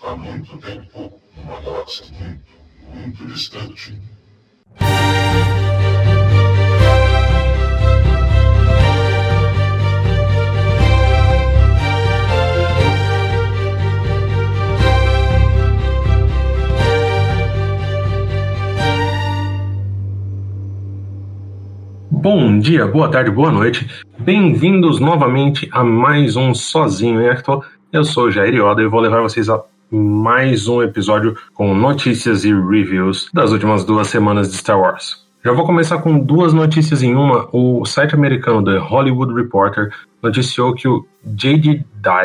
há muito tempo, numa galáxia muito distante. Bom dia, boa tarde, boa noite. Bem-vindos novamente a mais um Sozinho em Acto. Eu sou o Jair Yoda e vou levar vocês a mais um episódio com notícias e reviews das últimas 2 semanas de Star Wars. Já vou começar com 2 notícias em uma. O site americano The Hollywood Reporter noticiou que o J.D.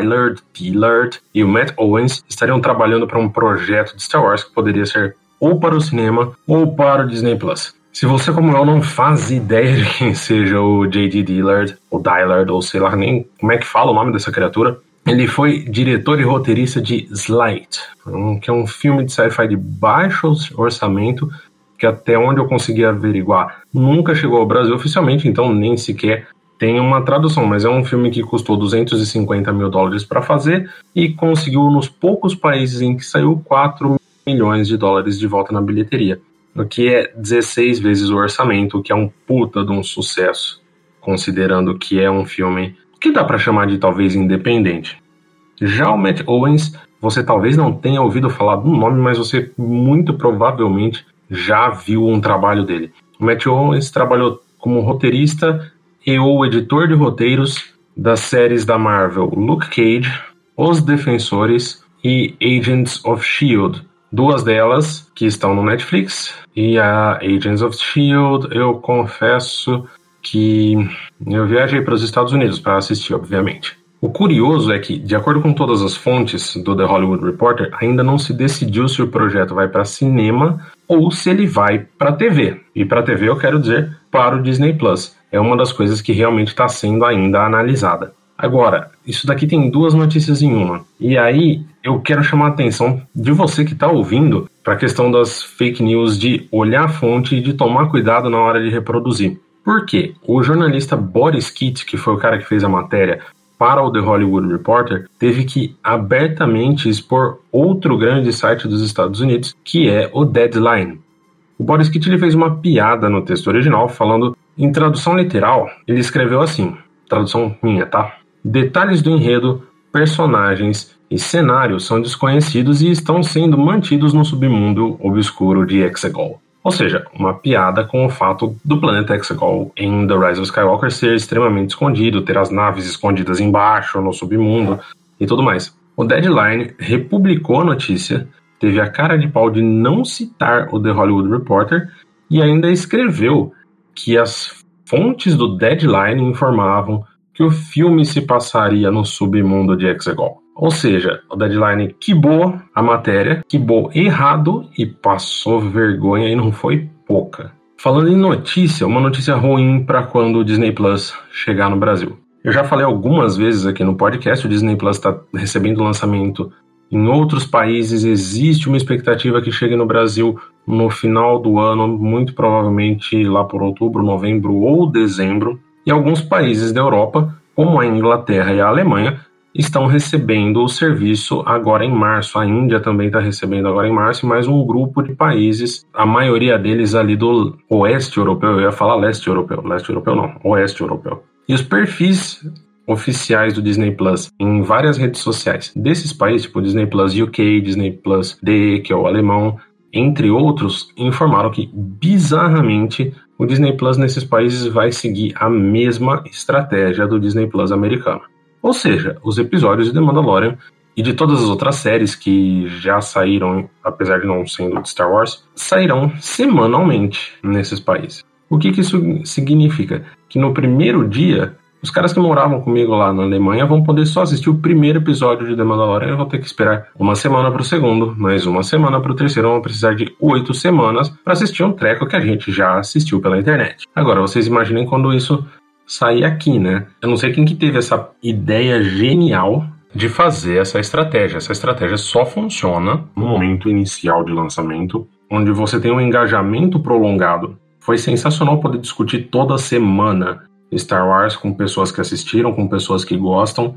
Dillard e o Matt Owens estariam trabalhando para um projeto de Star Wars que poderia ser ou para o cinema ou para o Disney+. Se você, como eu, não faz ideia de quem seja o J.D. Dillard, ou sei lá nem como é que fala o nome dessa criatura, ele foi diretor e roteirista de Slight, que é um filme de sci-fi de baixo orçamento, que até onde eu consegui averiguar, nunca chegou ao Brasil oficialmente, então nem sequer tem uma tradução, mas é um filme que custou $250 mil para fazer e conseguiu, nos poucos países em que saiu, $4 milhões de volta na bilheteria. O que é 16 vezes o orçamento, o que é um puta de um sucesso, considerando que é um filme que dá pra chamar de talvez independente. Já o Matt Owens, você talvez não tenha ouvido falar do nome, mas você muito provavelmente já viu um trabalho dele. O Matt Owens trabalhou como roteirista e ou editor de roteiros das séries da Marvel Luke Cage, Os Defensores e Agents of S.H.I.E.L.D., 2 delas que estão no Netflix, e a Agents of S.H.I.E.L.D. eu confesso que eu viajei para os Estados Unidos para assistir, obviamente. O curioso é que, de acordo com todas as fontes do The Hollywood Reporter, ainda não se decidiu se o projeto vai para cinema ou se ele vai para TV. E para TV eu quero dizer para o Disney+. É uma das coisas que realmente está sendo ainda analisada. Agora, isso daqui tem 2 notícias em uma. E aí, eu quero chamar a atenção de você que está ouvindo para a questão das fake news, de olhar a fonte e de tomar cuidado na hora de reproduzir. Por quê? O jornalista Boris Kitt, que foi o cara que fez a matéria para o The Hollywood Reporter, teve que abertamente expor outro grande site dos Estados Unidos, que é o Deadline. O Boris Kitt ele fez uma piada no texto original, falando, em tradução literal, ele escreveu assim, tradução minha, tá? Detalhes do enredo, personagens e cenários são desconhecidos e estão sendo mantidos no submundo obscuro de Exegol. Ou seja, uma piada com o fato do planeta Exegol em The Rise of Skywalker ser extremamente escondido, ter as naves escondidas embaixo, no submundo e tudo mais. O Deadline republicou a notícia, teve a cara de pau de não citar o The Hollywood Reporter e ainda escreveu que as fontes do Deadline informavam que o filme se passaria no submundo de Exegol. Ou seja, o Deadline quibou a matéria, quibou errado e passou vergonha e não foi pouca. Falando em notícia, uma notícia ruim para quando o Disney Plus chegar no Brasil. Eu já falei algumas vezes aqui no podcast, o Disney Plus está recebendo lançamento em outros países, existe uma expectativa que chegue no Brasil no final do ano, muito provavelmente lá por outubro, novembro ou dezembro. E alguns países da Europa, como a Inglaterra e a Alemanha, estão recebendo o serviço agora em março. A Índia também está recebendo agora em março, mais um grupo de países, a maioria deles ali do oeste europeu, eu ia falar leste europeu não, oeste europeu. E os perfis oficiais do Disney Plus em várias redes sociais desses países, tipo Disney Plus UK, Disney Plus DE, que é o alemão, entre outros, informaram que, bizarramente, o Disney Plus nesses países vai seguir a mesma estratégia do Disney Plus americano. Ou seja, os episódios de The Mandalorian e de todas as outras séries que já saíram, apesar de não sendo de Star Wars, sairão semanalmente nesses países. O que isso significa? Que no primeiro dia, os caras que moravam comigo lá na Alemanha vão poder só assistir o primeiro episódio de The Mandalorian e vão ter que esperar 1 semana para o segundo, mais 1 semana para o terceiro, vão precisar de 8 semanas para assistir um treco que a gente já assistiu pela internet. Agora, vocês imaginem quando isso sair aqui, né? Eu não sei quem que teve essa ideia genial de fazer essa estratégia. Essa estratégia só funciona no momento inicial de lançamento, onde você tem um engajamento prolongado. Foi sensacional poder discutir toda semana Star Wars com pessoas que assistiram, com pessoas que gostam,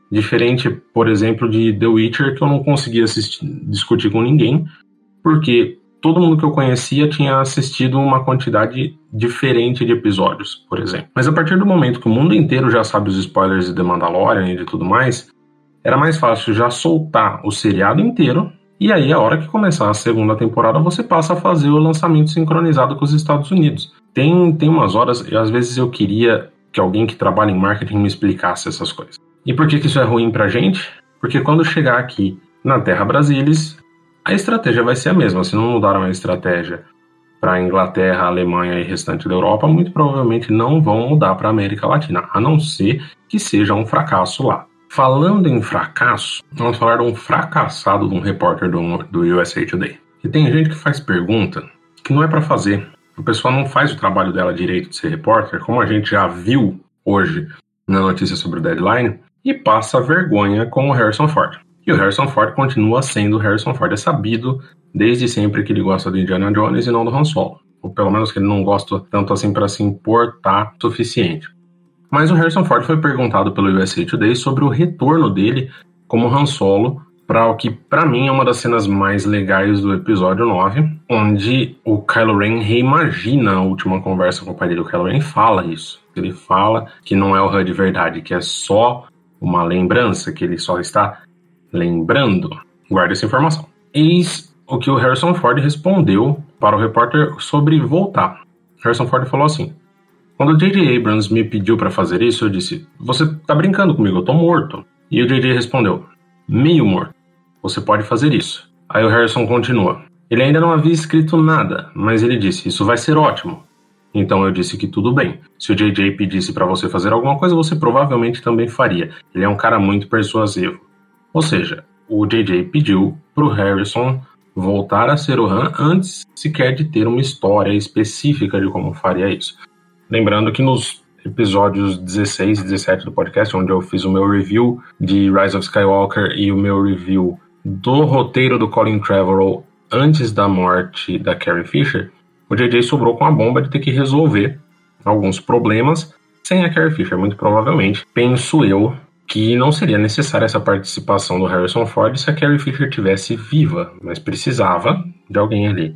Diferente, por exemplo, de The Witcher, que eu não conseguia discutir com ninguém, porque todo mundo que eu conhecia tinha assistido uma quantidade diferente de episódios, por exemplo. Mas a partir do momento que o mundo inteiro já sabe os spoilers de The Mandalorian e de tudo mais, era mais fácil já soltar o seriado inteiro, e aí a hora que começar a segunda temporada você passa a fazer o lançamento sincronizado com os Estados Unidos. Tem umas horas, e às vezes eu queria que alguém que trabalha em marketing me explicasse essas coisas. E por que isso é ruim pra gente? Porque quando chegar aqui na Terra Brasilis, a estratégia vai ser a mesma. Se não mudaram a estratégia para a Inglaterra, Alemanha e restante da Europa, muito provavelmente não vão mudar para a América Latina, a não ser que seja um fracasso lá. Falando em fracasso, vamos falar de um fracassado de um repórter do USA Today. E tem gente que faz pergunta que não é para fazer. O pessoal não faz o trabalho dela direito de ser repórter, como a gente já viu hoje na notícia sobre o Deadline, e passa vergonha com o Harrison Ford. E o Harrison Ford continua sendo o Harrison Ford. É sabido desde sempre que ele gosta do Indiana Jones e não do Han Solo. Ou pelo menos que ele não gosta tanto assim para se importar o suficiente. Mas o Harrison Ford foi perguntado pelo USA Today sobre o retorno dele como Han Solo para o que para mim é uma das cenas mais legais do episódio 9, onde o Kylo Ren reimagina a última conversa com o pai dele. O Kylo Ren fala isso. Ele fala que não é o Han de verdade, que é só uma lembrança, que ele só está lembrando. Guarda essa informação. Eis o que o Harrison Ford respondeu para o repórter sobre voltar. Harrison Ford falou assim: quando o J.J. Abrams me pediu para fazer isso, eu disse: você tá brincando comigo, eu tô morto. E o J.J. respondeu: meio morto. Você pode fazer isso. Aí o Harrison continua: ele ainda não havia escrito nada, mas ele disse: isso vai ser ótimo. Então eu disse que tudo bem. Se o J.J. pedisse para você fazer alguma coisa, você provavelmente também faria. Ele é um cara muito persuasivo. Ou seja, o J.J. pediu pro Harrison voltar a ser o Han antes sequer de ter uma história específica de como faria isso. Lembrando que nos episódios 16 e 17 do podcast, onde eu fiz o meu review de Rise of Skywalker e o meu review do roteiro do Colin Trevorrow antes da morte da Carrie Fisher, o J.J. sobrou com a bomba de ter que resolver alguns problemas sem a Carrie Fisher. Muito provavelmente, penso eu, que não seria necessária essa participação do Harrison Ford se a Carrie Fisher estivesse viva, mas precisava de alguém ali.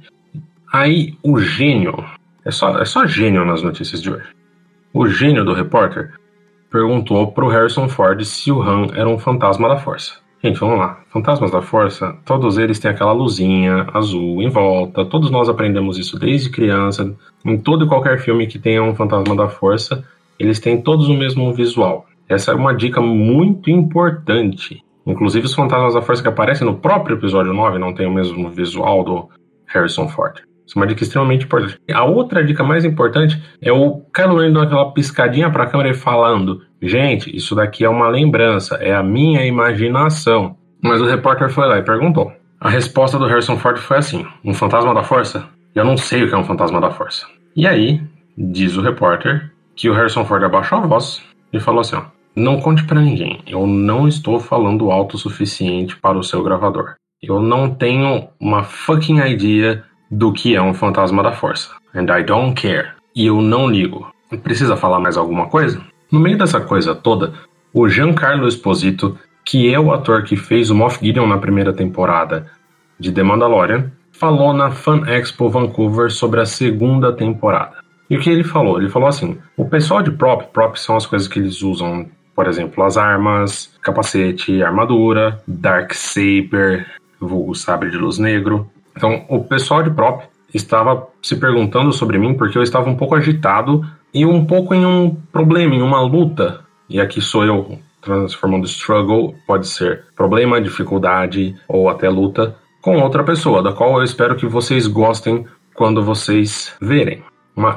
Aí, o gênio, é só gênio nas notícias de hoje. O gênio do repórter perguntou pro Harrison Ford se o Han era um fantasma da força. Gente, vamos lá. Fantasmas da força, todos eles têm aquela luzinha azul em volta. Todos nós aprendemos isso desde criança. Em todo e qualquer filme que tenha um fantasma da força, eles têm todos o mesmo visual. Essa é uma dica muito importante. Inclusive, os fantasmas da força que aparecem no próprio episódio 9 não têm o mesmo visual do Harrison Ford. Isso é uma dica extremamente importante. A outra dica mais importante é o Kylo Ren dando aquela piscadinha para a câmera e falando: gente, isso daqui é uma lembrança, é a minha imaginação. Mas o repórter foi lá e perguntou. A resposta do Harrison Ford foi assim: um fantasma da força? Eu não sei o que é um fantasma da força. E aí, diz o repórter que o Harrison Ford abaixou a voz e falou assim: ó, não conte pra ninguém, eu não estou falando alto o suficiente para o seu gravador. Eu não tenho uma fucking idea do que é um fantasma da força. And I don't care. E eu não ligo. Precisa falar mais alguma coisa? No meio dessa coisa toda, o Giancarlo Esposito, que é o ator que fez o Moff Gideon na primeira temporada de The Mandalorian, falou na Fan Expo Vancouver sobre a segunda temporada. E o que ele falou? Ele falou assim: o pessoal de props são as coisas que eles usam, por exemplo, as armas, capacete, armadura, Darksaber, vulgo sabre de luz negro. Então, o pessoal de prop estava se perguntando sobre mim porque eu estava um pouco agitado e um pouco em um problema, em uma luta. E aqui sou eu transformando struggle, pode ser problema, dificuldade ou até luta, com outra pessoa, da qual eu espero que vocês gostem quando vocês verem. Uma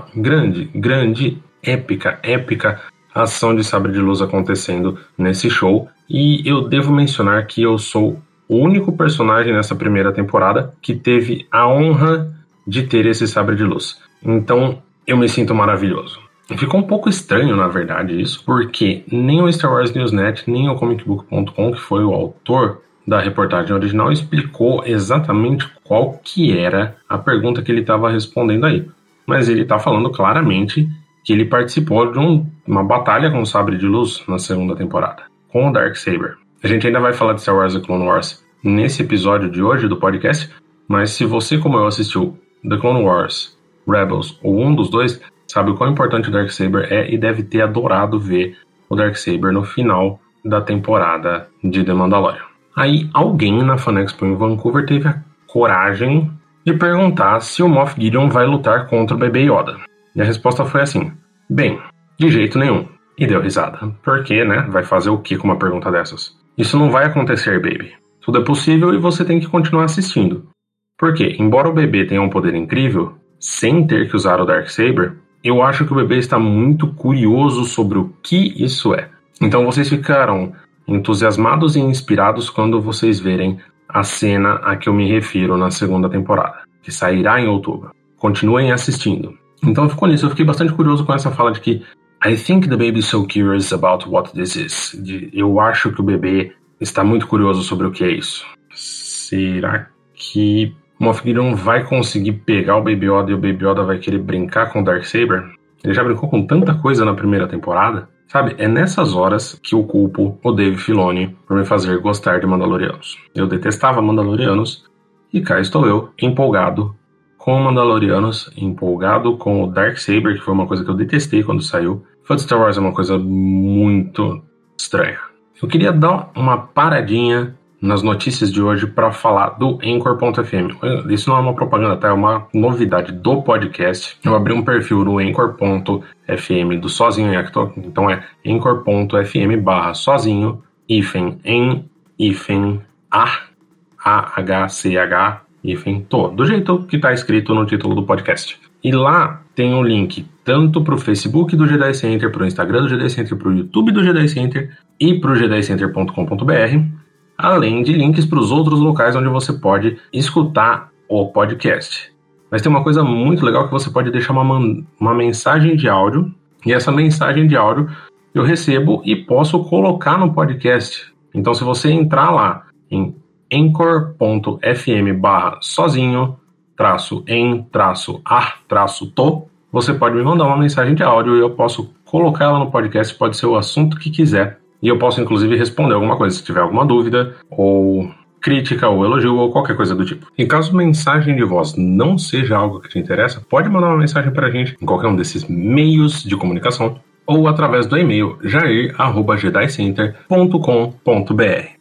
grande, épica ação de sabre de luz acontecendo nesse show. E eu devo mencionar que eu sou o único personagem nessa primeira temporada que teve a honra de ter esse sabre de luz. Então, eu me sinto maravilhoso. Ficou um pouco estranho, na verdade, isso, porque nem o Star Wars Newsnet, nem o comicbook.com, que foi o autor da reportagem original, explicou exatamente qual que era a pergunta que ele estava respondendo aí. Mas ele está falando claramente que ele participou de uma batalha com o sabre de luz na segunda temporada. com o Darksaber. A gente ainda vai falar de Star Wars The Clone Wars nesse episódio de hoje do podcast, mas se você, como eu, assistiu The Clone Wars, Rebels ou um dos dois, sabe o quão importante o Darksaber é e deve ter adorado ver o Darksaber no final da temporada de The Mandalorian. Aí alguém na FanExpo em Vancouver teve a coragem de perguntar se o Moff Gideon vai lutar contra o bebê Yoda. E a resposta foi assim: bem, de jeito nenhum. E deu risada. Porque, né? Vai fazer o que com uma pergunta dessas? Isso não vai acontecer, baby. Tudo é possível e você tem que continuar assistindo. Porque, embora o bebê tenha um poder incrível, sem ter que usar o Darksaber, eu acho que o bebê está muito curioso sobre o que isso é. Então vocês ficarão entusiasmados e inspirados quando vocês verem a cena a que eu me refiro na segunda temporada, que sairá em outubro. Continuem assistindo. Então ficou nisso, eu fiquei bastante curioso com essa fala de que I think the baby is so curious about what this is. Eu acho que o bebê está muito curioso sobre o que é isso. Será que Moff Gideon vai conseguir pegar o Baby Yoda e o Baby Yoda vai querer brincar com o Darksaber? Ele já brincou com tanta coisa na primeira temporada. Sabe, é nessas horas que eu culpo o Dave Filoni por me fazer gostar de Mandalorianos. Eu detestava Mandalorianos e cá estou eu, empolgado com Mandalorianos, empolgado com o Darksaber, que foi uma coisa que eu detestei quando saiu. Fã de Star Wars é uma coisa muito estranha. Eu queria dar uma paradinha nas notícias de hoje para falar do Anchor.fm. Isso não é uma propaganda, tá? É uma novidade do podcast. Eu abri um perfil no Anchor.fm do Sozinho em Actor. Então é Anchor.fm/sozinho AHCH do jeito que tá escrito no título do podcast. E lá tem um link tanto pro Facebook do Jedi Center, pro Instagram do Jedi Center, pro YouTube do Jedi Center e pro jedicenter.com.br, além de links para os outros locais onde você pode escutar o podcast. Mas tem uma coisa muito legal que você pode deixar uma mensagem de áudio, e essa mensagem de áudio eu recebo e posso colocar no podcast. Então se você entrar lá em anchor.fm/sozinho-em-a-tô, você pode me mandar uma mensagem de áudio e eu posso colocar ela no podcast, pode ser o assunto que quiser. E eu posso, inclusive, responder alguma coisa, se tiver alguma dúvida, ou crítica, ou elogio, ou qualquer coisa do tipo. E caso mensagem de voz não seja algo que te interessa, pode mandar uma mensagem pra gente em qualquer um desses meios de comunicação, ou através do e-mail jair@jedicenter.com.br.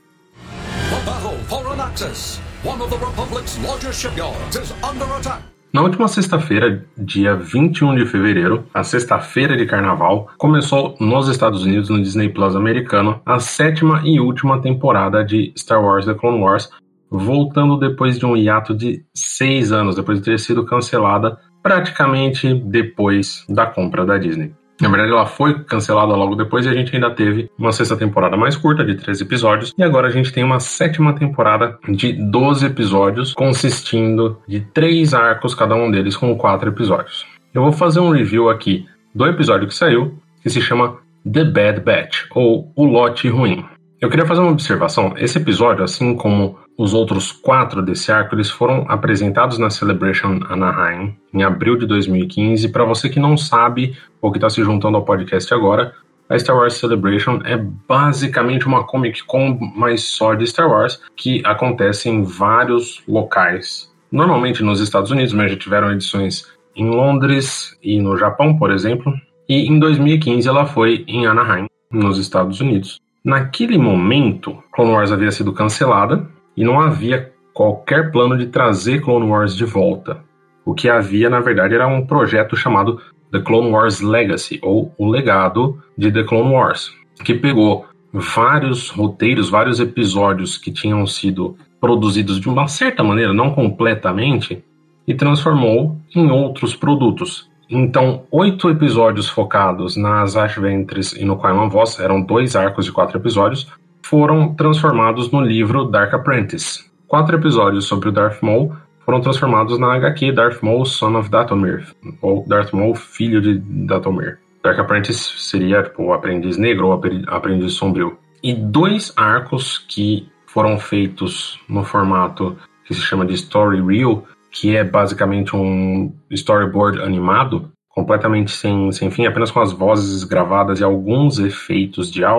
The battle for Anaxes, one of the Republic's largest shipyards, is under attack. Na última sexta-feira, dia 21 de fevereiro, a sexta-feira de carnaval, começou nos Estados Unidos, no Disney Plus americano, a 7ª e última temporada de Star Wars The Clone Wars, voltando depois de um hiato de 6 anos, depois de ter sido cancelada praticamente depois da compra da Disney. Na verdade, ela foi cancelada logo depois e a gente ainda teve uma sexta temporada mais curta, de 13 episódios. E agora a gente tem uma 7ª temporada de 12 episódios, consistindo de 3 arcos, cada um deles com 4 episódios. Eu vou fazer um review aqui do episódio que saiu, que se chama The Bad Batch, ou O Lote Ruim. Eu queria fazer uma observação. Esse episódio, assim como os outros 4 desse arco, eles foram apresentados na Celebration Anaheim em abril de 2015. Para você que não sabe ou que está se juntando ao podcast agora, a Star Wars Celebration é basicamente uma Comic Con, mas só de Star Wars, que acontece em vários locais. Normalmente nos Estados Unidos, mas já tiveram edições em Londres e no Japão, por exemplo. E em 2015 ela foi em Anaheim, nos Estados Unidos. Naquele momento, Clone Wars havia sido cancelada e não havia qualquer plano de trazer Clone Wars de volta. O que havia, na verdade, era um projeto chamado The Clone Wars Legacy, ou O Legado de The Clone Wars, que pegou vários roteiros, vários episódios que tinham sido produzidos de uma certa maneira, não completamente, e transformou em outros produtos. Então, 8 episódios focados nas Ash Ventress e no Qui-Gon Voss, eram 2 arcos de 4 episódios, foram transformados no livro Dark Apprentice. 4 episódios sobre o Darth Maul foram transformados na HQ Darth Maul, Son of Dathomir, ou Darth Maul, Filho de Dathomir. Dark Apprentice seria o aprendiz negro ou aprendiz sombrio. E 2 arcos que foram feitos no formato que se chama de Story Reel, que é basicamente um storyboard animado, completamente sem fim, apenas com as vozes gravadas e alguns efeitos de áudio,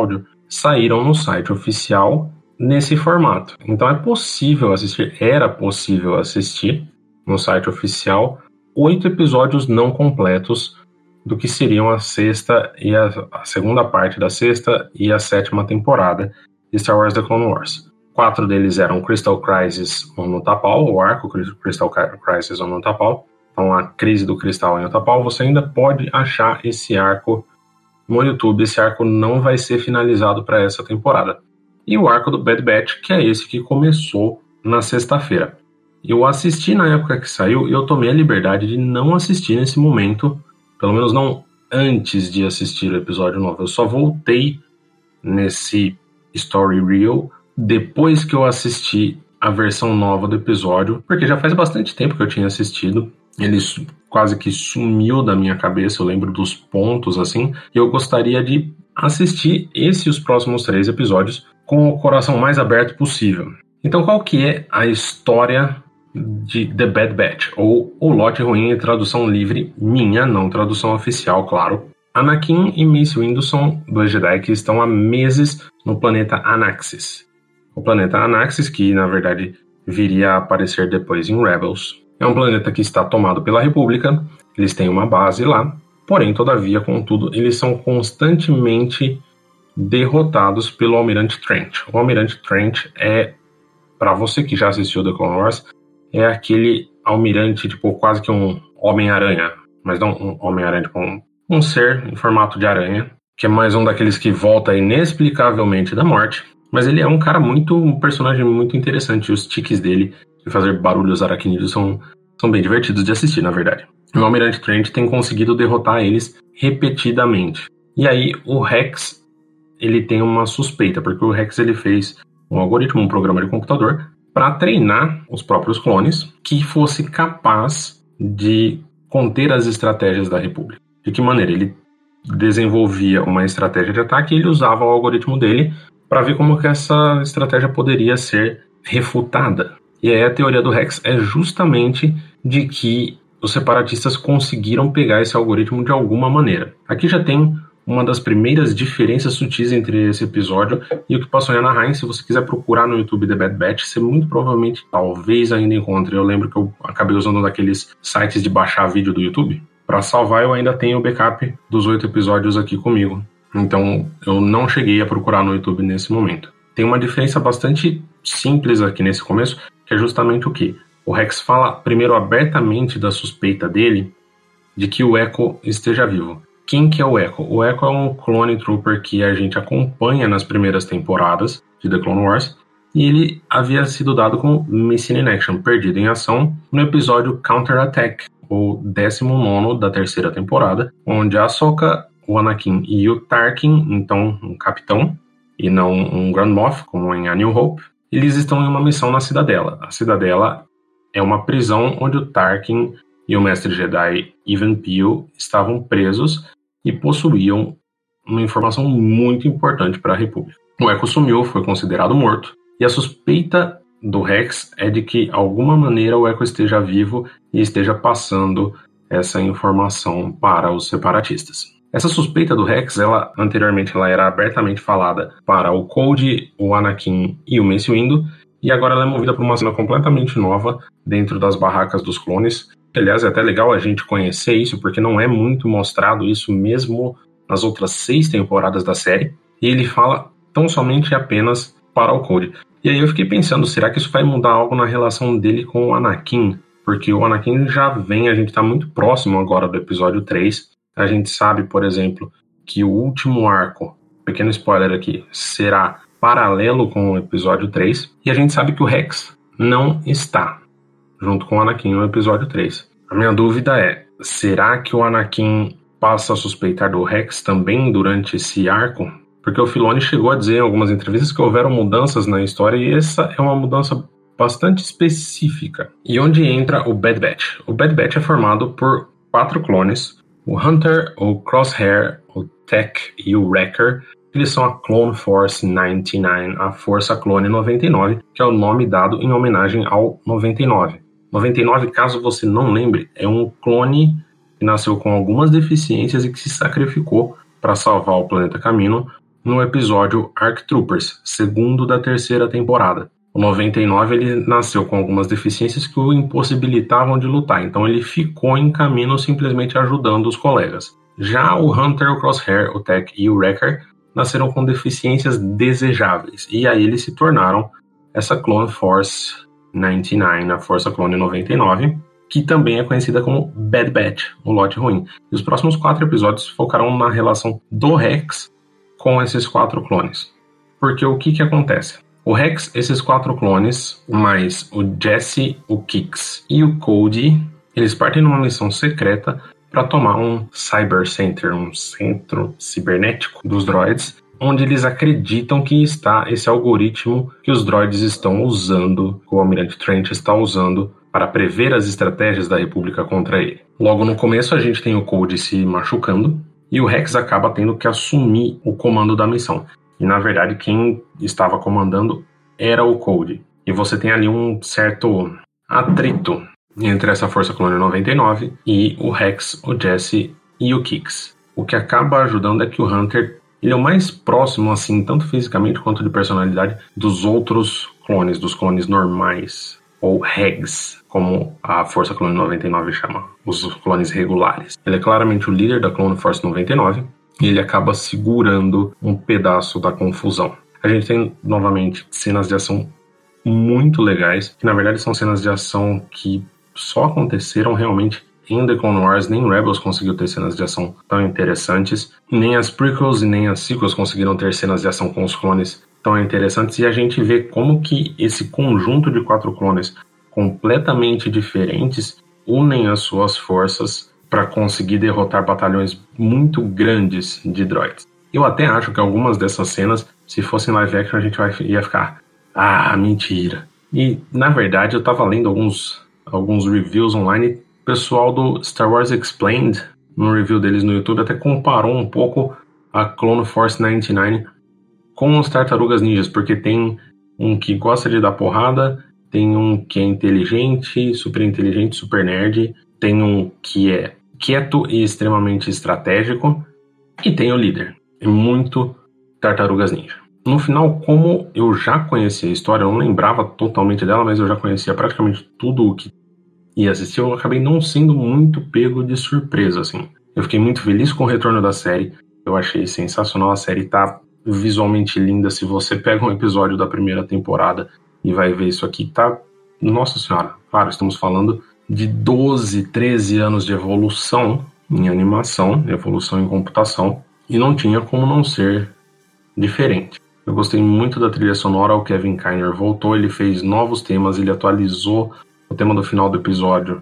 saíram no site oficial nesse formato. Então era possível assistir no site oficial 8 episódios não completos do que seriam a sexta e a segunda parte da sexta e a sétima temporada de Star Wars The Clone Wars. 4 deles eram Crystal Crisis on Utapau, o arco Crystal Crisis on Utapau. Então, a crise do cristal em Utapau, você ainda pode achar esse arco no YouTube. Esse arco não vai ser finalizado para essa temporada. E o arco do Bad Batch, que é esse que começou na sexta-feira. Eu assisti na época que saiu e eu tomei a liberdade de não assistir nesse momento, pelo menos não antes de assistir o episódio novo. Eu só voltei nesse Story Reel depois que eu assisti a versão nova do episódio, porque já faz bastante tempo que eu tinha assistido. Ele quase que sumiu da minha cabeça, eu lembro dos pontos assim, e eu gostaria de assistir esse e os próximos 3 episódios com o coração mais aberto possível. Então qual que é a história de The Bad Batch, ou O Lote Ruim, em tradução livre minha, não tradução oficial, claro. Anakin e Mace Windu são 2 Jedi que estão há meses no planeta Anaxis. O planeta Anaxis, que na verdade viria a aparecer depois em Rebels, é um planeta que está tomado pela República, eles têm uma base lá, porém, todavia, contudo, eles são constantemente derrotados pelo Almirante Trent. O Almirante Trent é, para você que já assistiu The Clone Wars, é aquele almirante, tipo, quase que um Homem-Aranha, mas não um Homem-Aranha, tipo um ser em formato de aranha, que é mais um daqueles que volta inexplicavelmente da morte, mas ele é um personagem muito interessante, e os tiques dele de fazer barulhos aracnídeos são bem divertidos de assistir, na verdade. O Almirante Trent tem conseguido derrotar eles repetidamente. E aí o Rex, ele tem uma suspeita, porque o Rex ele fez um algoritmo, um programa de computador, para treinar os próprios clones que fosse capaz de conter as estratégias da República. De que maneira? Ele desenvolvia uma estratégia de ataque e ele usava o algoritmo dele para ver como que essa estratégia poderia ser refutada. E aí a teoria do Rex é justamente de que os separatistas conseguiram pegar esse algoritmo de alguma maneira. Aqui já tem uma das primeiras diferenças sutis entre esse episódio e o que passou em Anaheim. Se você quiser procurar no YouTube The Bad Batch, você muito provavelmente, talvez ainda encontre. Eu lembro que eu acabei usando daqueles sites de baixar vídeo do YouTube. Para salvar, eu ainda tenho o backup dos 8 episódios aqui comigo. Então, eu não cheguei a procurar no YouTube nesse momento. Tem uma diferença bastante simples aqui nesse começo, que é justamente o quê? O Rex fala primeiro abertamente da suspeita dele de que o Echo esteja vivo. Quem que é o Echo? O Echo é um clone trooper que a gente acompanha nas primeiras temporadas de The Clone Wars, e ele havia sido dado como Missing in Action, perdido em ação, no episódio Counter Attack, o 19º da terceira temporada, onde a Ahsoka, o Anakin e o Tarkin, então um capitão, e não um Grand Moff, como em A New Hope, eles estão em uma missão na Cidadela. A Cidadela é uma prisão onde o Tarkin e o Mestre Jedi Even Pill estavam presos e possuíam uma informação muito importante para a República. O Echo sumiu, foi considerado morto, e a suspeita do Rex é de que, de alguma maneira, o Echo esteja vivo e esteja passando essa informação para os separatistas. Essa suspeita do Rex, anteriormente ela era abertamente falada para o Cody, o Anakin e o Mace Windu, e agora ela é movida por uma cena completamente nova dentro das barracas dos clones. Aliás, é até legal a gente conhecer isso, porque não é muito mostrado isso mesmo nas outras 6 temporadas da série, e ele fala tão somente apenas para o Cody. E aí eu fiquei pensando, será que isso vai mudar algo na relação dele com o Anakin? Porque o Anakin já vem, a gente está muito próximo agora do episódio 3, a gente sabe, por exemplo, que o último arco, pequeno spoiler aqui, será paralelo com o episódio 3, e a gente sabe que o Rex não está junto com o Anakin no episódio 3. A minha dúvida é, será que o Anakin passa a suspeitar do Rex também durante esse arco? Porque o Filoni chegou a dizer em algumas entrevistas que houveram mudanças na história, e essa é uma mudança bastante específica. E onde entra o Bad Batch? O Bad Batch é formado por 4 clones, o Hunter, o Crosshair, o Tech e o Wrecker. Eles são a Clone Force 99, a Força Clone 99, que é o nome dado em homenagem ao 99. 99, caso você não lembre, é um clone que nasceu com algumas deficiências e que se sacrificou para salvar o planeta Camino no episódio ARC Troopers, segundo da terceira temporada. O 99 ele nasceu com algumas deficiências que o impossibilitavam de lutar, então ele ficou em caminho simplesmente ajudando os colegas. Já o Hunter, o Crosshair, o Tech e o Wrecker nasceram com deficiências desejáveis, e aí eles se tornaram essa Clone Force 99, a Força Clone 99, que também é conhecida como Bad Batch, o lote ruim. E os próximos 4 episódios focarão na relação do Rex com esses 4 clones. Porque o que acontece? O Rex, esses 4 clones, mais o Jesse, o Kix e o Cody, eles partem numa missão secreta para tomar um Cyber Center, um centro cibernético dos droids, onde eles acreditam que está esse algoritmo que os droids estão usando, que o Almirante Trench está usando para prever as estratégias da República contra ele. Logo no começo a gente tem o Cody se machucando e o Rex acaba tendo que assumir o comando da missão. E na verdade quem estava comandando era o Cody. E você tem ali um certo atrito entre essa Força Clone 99 e o Rex, o Jesse e o Kix. O que acaba ajudando é que o Hunter ele é o mais próximo, assim, tanto fisicamente quanto de personalidade, dos outros clones, dos clones normais, ou Regs, como a Força Clone 99 chama, os clones regulares. Ele é claramente o líder da Clone Force 99 e ele acaba segurando um pedaço da confusão. A gente tem, novamente, cenas de ação muito legais, que na verdade são cenas de ação que só aconteceram realmente em The Clone Wars. Nem Rebels conseguiu ter cenas de ação tão interessantes, nem as prequels e nem as sequels conseguiram ter cenas de ação com os clones tão interessantes, e a gente vê como que esse conjunto de 4 clones completamente diferentes unem as suas forças para conseguir derrotar batalhões muito grandes de droids. Eu até acho que algumas dessas cenas, se fossem live action, a gente ia ficar, mentira. E, na verdade, eu tava lendo alguns reviews online. O pessoal do Star Wars Explained, no review deles no YouTube, até comparou um pouco a Clone Force 99 com os Tartarugas Ninjas, porque tem um que gosta de dar porrada, tem um que é inteligente, super nerd, tem um que é quieto e extremamente estratégico, e tem o líder. É muito Tartarugas Ninja. No final, como eu já conhecia a história, eu não lembrava totalmente dela, mas eu já conhecia praticamente tudo o que ia assistir, eu acabei não sendo muito pego de surpresa, assim. Eu fiquei muito feliz com o retorno da série, eu achei sensacional, a série tá visualmente linda. Se você pega um episódio da primeira temporada e vai ver isso aqui, tá... Nossa senhora, claro, estamos falando de 12, 13 anos de evolução em animação, evolução em computação, e não tinha como não ser diferente. Eu gostei muito da trilha sonora, o Kevin Kiner voltou, ele fez novos temas, ele atualizou o tema do final do episódio,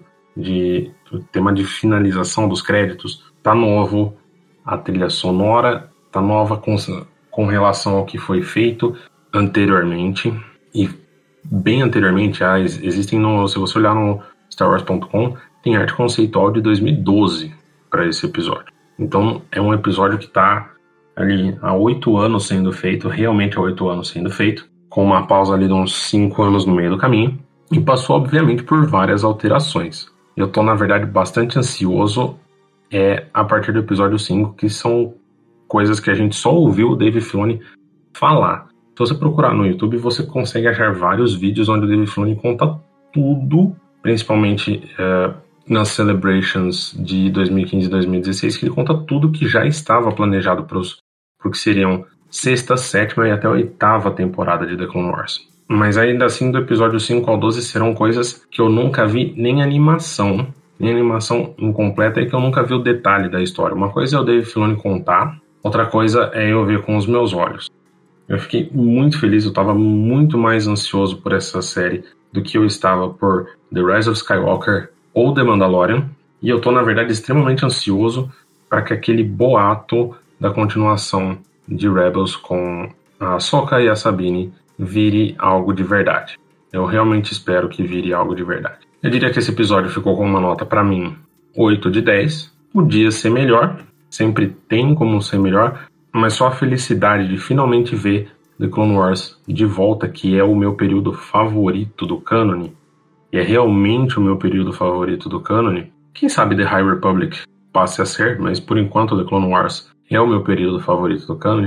o tema de finalização dos créditos, tá novo, a trilha sonora tá nova com relação ao que foi feito anteriormente, e bem anteriormente, existem se você olhar no StarWars.com, tem arte conceitual de 2012 para esse episódio. Então é um episódio que tá ali há 8 anos sendo feito, realmente há 8 anos sendo feito, com uma pausa ali de uns 5 anos no meio do caminho, e passou obviamente por várias alterações. Eu tô na verdade bastante ansioso a partir do episódio 5, que são coisas que a gente só ouviu o Dave Filoni falar. Se você procurar no YouTube, você consegue achar vários vídeos onde o Dave Filoni conta tudo, principalmente nas Celebrations de 2015 e 2016, que ele conta tudo que já estava planejado para o que seriam 6ª, 7ª e até 8ª temporada de The Clone Wars. Mas ainda assim, do episódio 5 ao 12 serão coisas que eu nunca vi nem animação incompleta, e que eu nunca vi o detalhe da história. Uma coisa é o Dave Filoni contar, outra coisa é eu ver com os meus olhos. Eu fiquei muito feliz, eu estava muito mais ansioso por essa série do que eu estava por The Rise of Skywalker ou The Mandalorian, e eu tô na verdade extremamente ansioso para que aquele boato da continuação de Rebels com a Ahsoka e a Sabine vire algo de verdade. Eu realmente espero que vire algo de verdade. Eu diria que esse episódio ficou com uma nota, para mim, 8 de 10. Podia ser melhor, sempre tem como ser melhor, mas só a felicidade de finalmente ver The Clone Wars de volta, que é o meu período favorito do cânone, e é realmente o meu período favorito do cânone. Quem sabe The High Republic passe a ser, mas por enquanto The Clone Wars é o meu período favorito do cânone.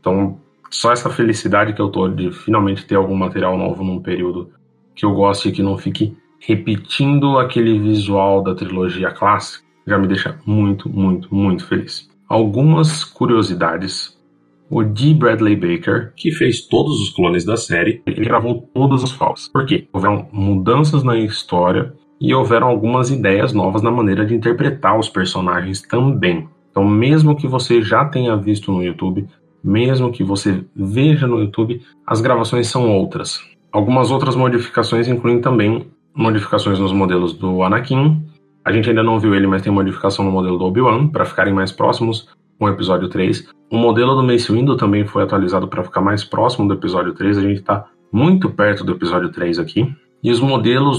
Então, só essa felicidade que eu tô de finalmente ter algum material novo num período que eu goste e que não fique repetindo aquele visual da trilogia clássica, já me deixa muito, muito, muito feliz. Algumas curiosidades. O D. Bradley Baker, que fez todos os clones da série, ele gravou todas as falas. Por quê? Houveram mudanças na história e houveram algumas ideias novas na maneira de interpretar os personagens também. Então, mesmo que você já tenha visto no YouTube, mesmo que você veja no YouTube, as gravações são outras. Algumas outras modificações incluem também modificações nos modelos do Anakin. A gente ainda não viu ele, mas tem modificação no modelo do Obi-Wan, para ficarem mais próximos com o episódio 3. O modelo do Mace Windu também foi atualizado para ficar mais próximo do episódio 3. A gente está muito perto do episódio 3 aqui. E os modelos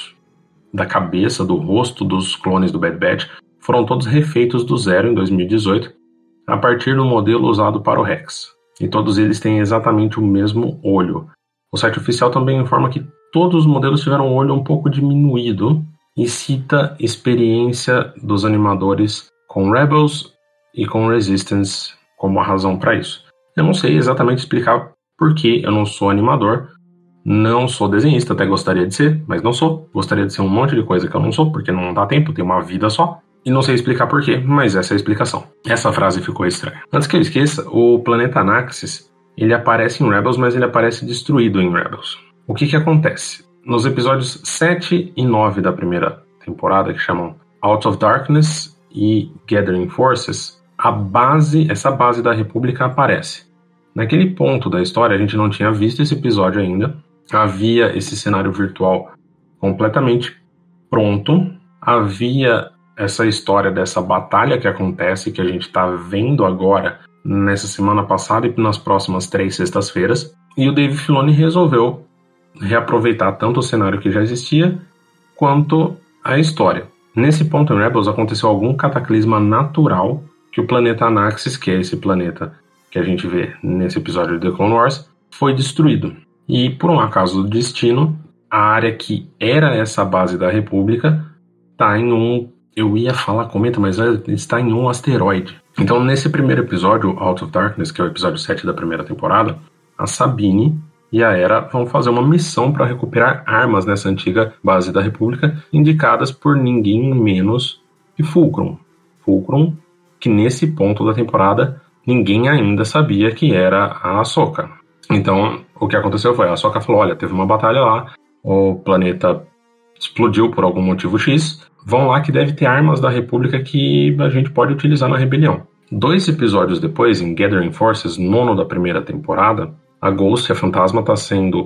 da cabeça, do rosto dos clones do Bad Batch foram todos refeitos do zero em 2018, a partir do modelo usado para o Rex. E todos eles têm exatamente o mesmo olho. O site oficial também informa que todos os modelos tiveram um olho um pouco diminuído e cita experiência dos animadores com Rebels e com Resistance como a razão para isso. Eu não sei exatamente explicar por que eu não sou animador, não sou desenhista, até gostaria de ser, mas não sou. Gostaria de ser um monte de coisa que eu não sou, porque não dá tempo, tenho uma vida só. E não sei explicar por quê, mas essa é a explicação. Essa frase ficou estranha. Antes que eu esqueça, o planeta Anaxis, ele aparece em Rebels, mas ele aparece destruído em Rebels. O que acontece? Nos episódios 7 e 9 da primeira temporada, que chamam Out of Darkness e Gathering Forces, essa base da República aparece. Naquele ponto da história, a gente não tinha visto esse episódio ainda. Havia esse cenário virtual completamente pronto. Havia essa história dessa batalha que acontece, que a gente está vendo agora nessa semana passada e nas próximas 3 sextas-feiras. E o Dave Filoni resolveu reaproveitar tanto o cenário que já existia, quanto a história. Nesse ponto em Rebels aconteceu algum cataclisma natural que o planeta Anaxis, que é esse planeta que a gente vê nesse episódio de The Clone Wars, foi destruído. E por um acaso do destino, a área que era essa base da República está em eu ia falar cometa, mas está em um asteroide. Então nesse primeiro episódio, Out of Darkness, que é o episódio 7 da primeira temporada, a Sabine e a Hera vão fazer uma missão para recuperar armas nessa antiga base da República, indicadas por ninguém menos que Fulcrum. Fulcrum, que nesse ponto da temporada ninguém ainda sabia que era a Ahsoka. Então, o que aconteceu foi, a Ahsoka falou, olha, teve uma batalha lá, o planeta explodiu por algum motivo X, vão lá que deve ter armas da República que a gente pode utilizar na rebelião. 2 episódios depois, em Gathering Forces, 9º da primeira temporada, a Ghost, a fantasma, está sendo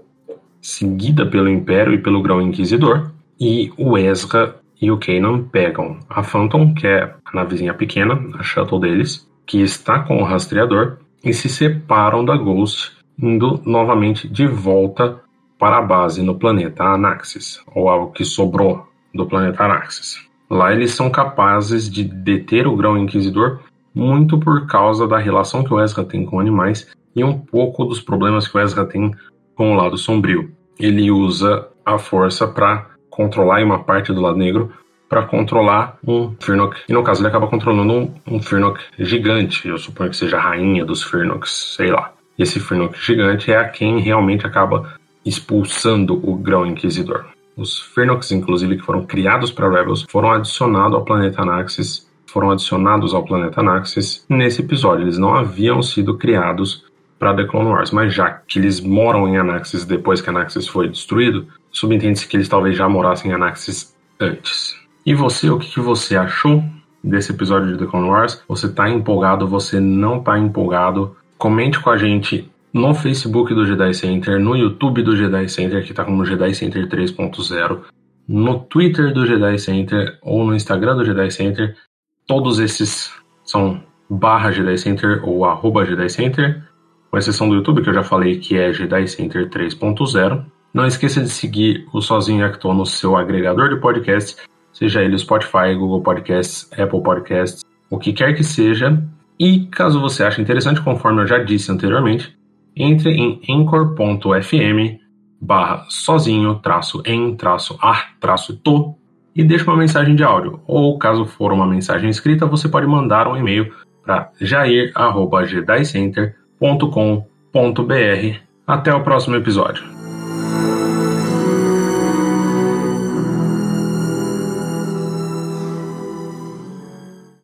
seguida pelo Império e pelo Grão Inquisidor, e o Ezra e o Kanan pegam a Phantom, que é a navezinha pequena, a shuttle deles, que está com o rastreador, e se separam da Ghost, indo novamente de volta para a base no planeta Anaxis, ou algo que sobrou do planeta Anaxis. Lá eles são capazes de deter o Grão Inquisidor muito por causa da relação que o Ezra tem com animais e um pouco dos problemas que o Ezra tem com o lado sombrio. Ele usa a força para controlar, e uma parte do lado negro, para controlar um Firnock. E no caso ele acaba controlando um Firnock gigante, eu suponho que seja a rainha dos Firnocks, sei lá. E esse Firnock gigante é a quem realmente acaba expulsando o Grão Inquisidor. Os Firnocks, inclusive, que foram criados para Rebels, foram adicionados ao planeta Anaxis nesse episódio. Eles não haviam sido criados para The Clone Wars, mas já que eles moram em Anaxis depois que Anaxis foi destruído, subentende-se que eles talvez já morassem em Anaxis antes. E você, o que você achou desse episódio de The Clone Wars? Você tá empolgado? Você não tá empolgado? Comente com a gente no Facebook do Jedi Center, no YouTube do Jedi Center, que tá como Jedi Center 3.0, no Twitter do Jedi Center ou no Instagram do Jedi Center. Todos esses são /Jedi Center ou @Jedi Center, com exceção do YouTube, que eu já falei que é Jedi Center 3.0. Não esqueça de seguir o Sozinho Actor no seu agregador de podcasts, seja ele Spotify, Google Podcasts, Apple Podcasts, o que quer que seja. E caso você ache interessante, conforme eu já disse anteriormente, entre em anchor.fm/sozinho-em-a-to e deixe uma mensagem de áudio. Ou caso for uma mensagem escrita, você pode mandar um e-mail para jair@jedicenter.com.br. Até o próximo episódio.